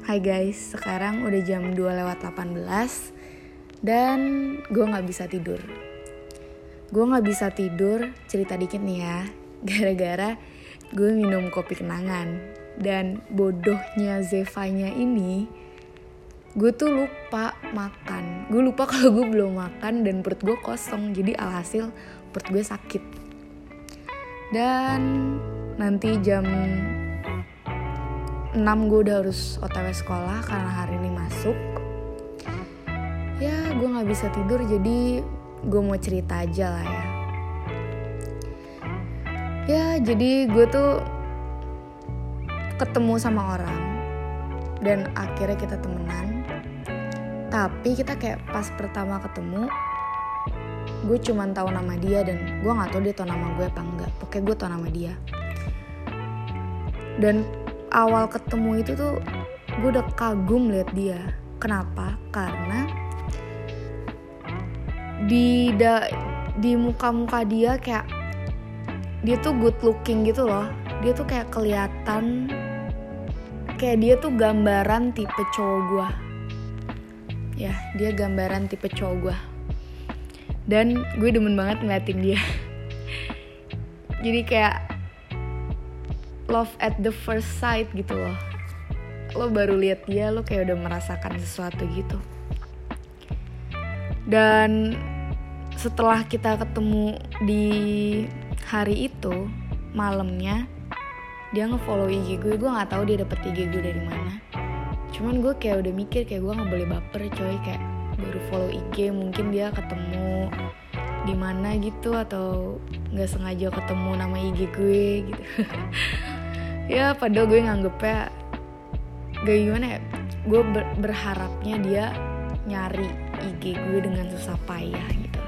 Hai guys, sekarang udah jam 2:18 dan gue gak bisa tidur. Cerita dikit nih ya. Gara-gara gue minum kopi kenangan. Dan bodohnya Zevanya ini, gue tuh lupa makan. Gue lupa kalau gue belum makan dan perut gue kosong. Jadi alhasil perut gue sakit. Dan nanti jam 6 gue udah harus OTW sekolah karena hari ini masuk. Ya gue gak bisa tidur, jadi gue mau cerita aja lah ya. Ya jadi gue tuh ketemu sama orang dan akhirnya kita temenan. Tapi kita kayak pas pertama ketemu, gue cuman tahu nama dia dan gue gak tahu dia tahu nama gue apa enggak. Pokoknya gue tahu nama dia. Dan awal ketemu itu tuh gue udah kagum liat dia. Kenapa? Karena di muka-muka dia kayak dia tuh good looking gitu loh. Dia tuh kayak kelihatan kayak dia tuh gambaran tipe cowok gue. Ya, dia gambaran tipe cowok gue. Dan gue demen banget ngeliatin dia. Jadi kayak love at the first sight gitu loh. Lo baru lihat dia, lo kayak udah merasakan sesuatu gitu. Dan setelah kita ketemu di hari itu, malamnya dia nge-follow IG gue. Gue nggak tahu dia dapet IG gue dari mana. Cuman gue kayak udah mikir kayak gue nggak boleh baper coy, kayak baru follow IG, mungkin dia ketemu di mana gitu atau nggak sengaja ketemu nama IG gue gitu. Ya padahal gue nganggepnya gak gimana ya, gue berharapnya dia nyari IG gue dengan susah payah gitu.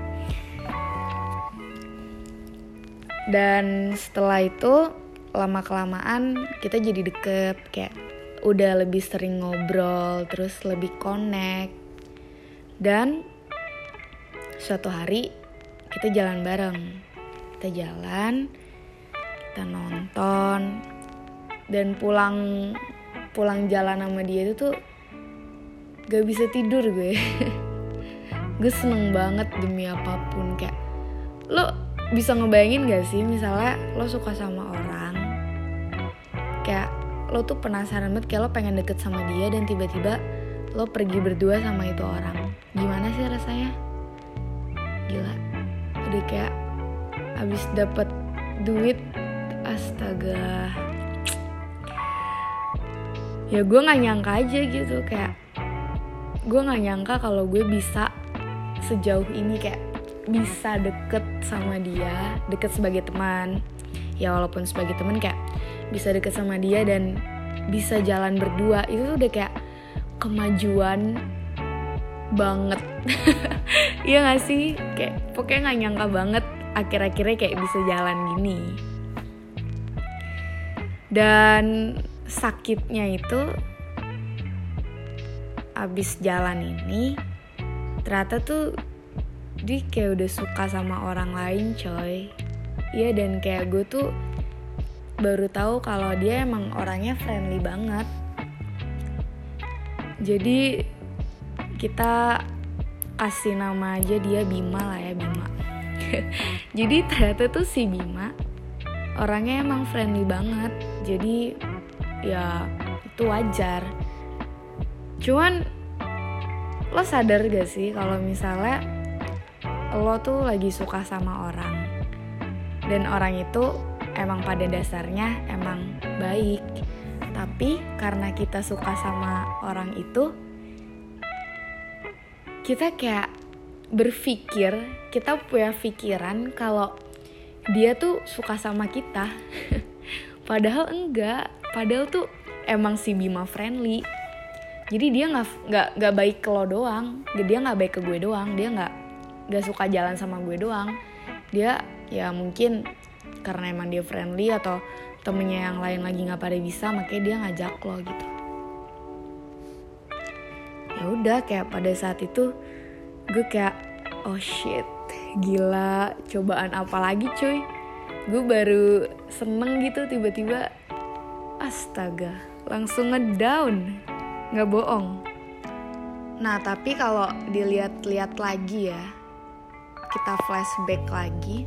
Dan setelah itu lama-kelamaan kita jadi deket, kayak udah lebih sering ngobrol, terus lebih connect. Dan suatu hari kita jalan bareng, kita nonton. Dan pulang jalan sama dia itu tuh gak bisa tidur gue. Gue seneng banget demi apapun. Kayak lo bisa ngebayangin gak sih misalnya lo suka sama orang, kayak lo tuh penasaran banget, kayak lo pengen deket sama dia dan tiba-tiba lo pergi berdua sama itu orang. Gimana sih rasanya? Gila. Udah kayak abis dapet duit, astaga. Ya gue gak nyangka aja gitu, kayak gue gak nyangka kalau gue bisa sejauh ini, kayak bisa deket sama dia, deket sebagai teman. Ya walaupun sebagai teman kayak bisa deket sama dia dan bisa jalan berdua, itu tuh udah kayak kemajuan banget. Iya gak sih? Kayak pokoknya gak nyangka banget akhir-akhirnya kayak bisa jalan gini. Dan sakitnya itu abis jalan ini ternyata tuh dia kayak udah suka sama orang lain coy. Iya, dan kayak gue tuh baru tahu kalau dia emang orangnya friendly banget. Jadi kita kasih nama aja dia Bima lah ya, Bima. Jadi ternyata tuh si Bima orangnya emang friendly banget. Jadi ya itu wajar. Cuman lo sadar gak sih kalau misalnya lo tuh lagi suka sama orang dan orang itu emang pada dasarnya emang baik, tapi karena kita suka sama orang itu, kita kayak berpikir, kita punya pikiran kalau dia tuh suka sama kita. Padahal enggak. Padahal tuh emang si Bima friendly. Jadi dia nggak baik ke lo doang. Dia nggak baik ke gue doang. Dia nggak suka jalan sama gue doang. Dia ya mungkin karena emang dia friendly atau temennya yang lain lagi nggak pada bisa, makanya dia ngajak lo gitu. Ya udah, kayak pada saat itu gue kayak oh shit, gila, cobaan apa lagi cuy. Gue baru seneng gitu tiba-tiba astaga langsung ngedown. nggak bohong. Nah tapi kalau dilihat-lihat lagi ya, kita flashback lagi,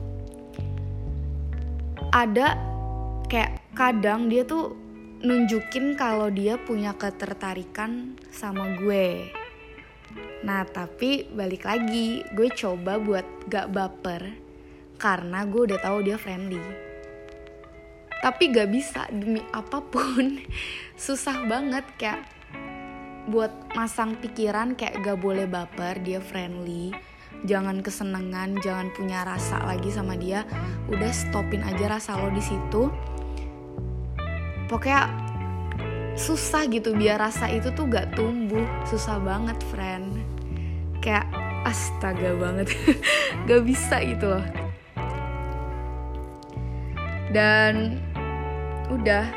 ada kayak kadang dia tuh nunjukin kalau dia punya ketertarikan sama gue. Nah tapi balik lagi, gue coba buat gak baper karena gue udah tahu dia friendly. Tapi gak bisa, demi apapun susah banget kayak buat masang pikiran kayak gak boleh baper, dia friendly, jangan kesenangan, jangan punya rasa lagi sama dia. Udah stopin aja rasa lo di situ. Pokoknya susah gitu biar rasa itu tuh gak tumbuh. Susah banget friend. Kayak astaga banget. Gak bisa gitu loh. Dan udah,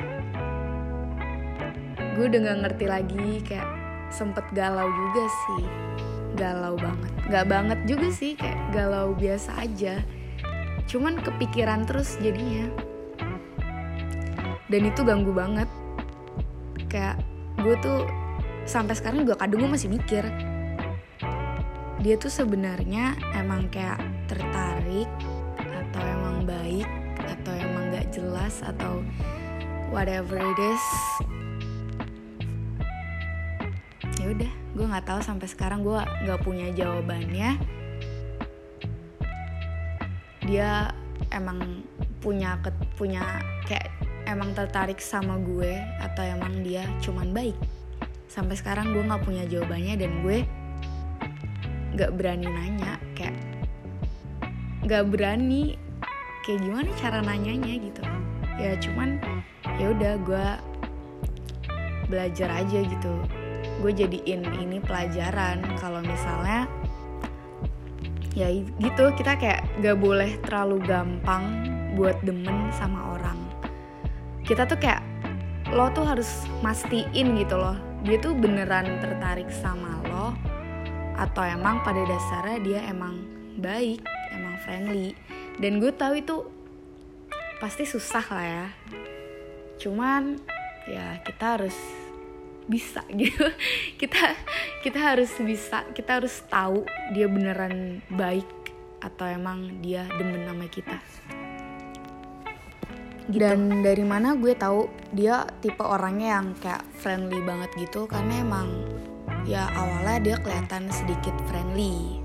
gue udah gak ngerti lagi. Kayak sempet galau juga sih. Galau banget. Gak banget juga sih, kayak galau biasa aja. Cuman kepikiran terus jadinya. Dan itu ganggu banget. Kayak gue tuh sampai sekarang juga kadang gue masih mikir, dia tuh sebenarnya emang kayak tertarik atau emang baik atau emang gak jelas atau whatever it is. Ya udah, gue nggak tahu sampai sekarang, gue nggak punya jawabannya. Dia emang punya kayak emang tertarik sama gue atau emang dia cuman baik. Sampai sekarang gue nggak punya jawabannya dan gue nggak berani nanya, kayak nggak berani kayak gimana cara nanyanya gitu. Ya cuman ya udah, gue belajar aja gitu. Gue jadiin ini pelajaran kalau misalnya ya gitu, kita kayak gak boleh terlalu gampang buat demen sama orang. Kita tuh kayak lo tuh harus mastiin gitu loh, dia tuh beneran tertarik sama lo atau emang pada dasarnya dia emang baik, emang friendly. Dan gue tahu itu pasti susah lah ya, cuman ya kita harus bisa gitu. Kita harus bisa, kita harus tahu dia beneran baik atau emang dia demen sama kita gitu. Dan dari mana gue tahu dia tipe orangnya yang kayak friendly banget gitu, karena emang ya awalnya dia kelihatan sedikit friendly.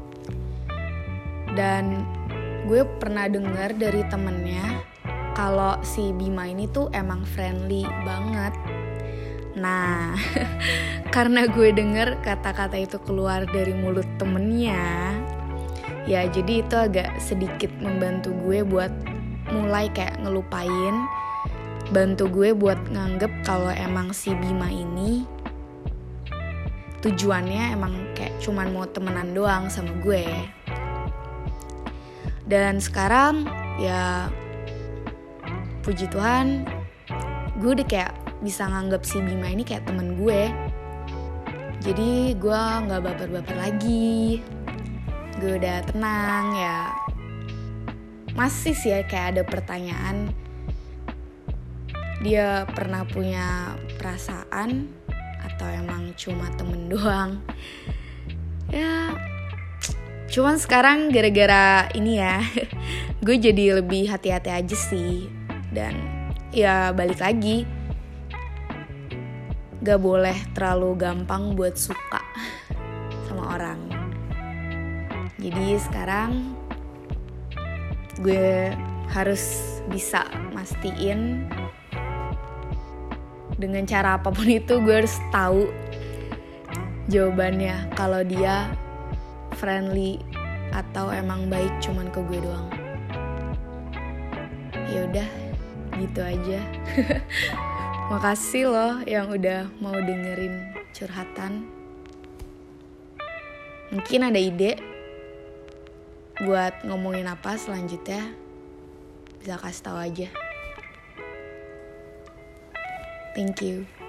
Dan gue pernah dengar dari temennya kalau si Bima ini tuh emang friendly banget. Nah, karena gue denger kata-kata itu keluar dari mulut temennya, ya jadi itu agak sedikit membantu gue buat mulai kayak ngelupain, bantu gue buat nganggep kalau emang si Bima ini tujuannya emang kayak cuman mau temenan doang sama gue. Dan sekarang ya puji Tuhan, gue udah kayak bisa nganggep si Bima ini kayak temen gue. Jadi gue gak baper-baper lagi, gue udah tenang ya. Masih sih ya kayak ada pertanyaan, dia pernah punya perasaan atau emang cuma temen doang. Ya cuman sekarang gara-gara ini ya gue jadi lebih hati-hati aja sih. Dan ya balik lagi, gak boleh terlalu gampang buat suka sama orang. Jadi sekarang gue harus bisa mastiin dengan cara apapun itu, gue harus tahu jawabannya kalau dia friendly atau emang baik cuman ke gue doang. Ya udah, gitu aja. Makasih loh yang udah mau dengerin curhatan. Mungkin ada ide buat ngomongin apa selanjutnya, bisa kasih tahu aja. Thank you.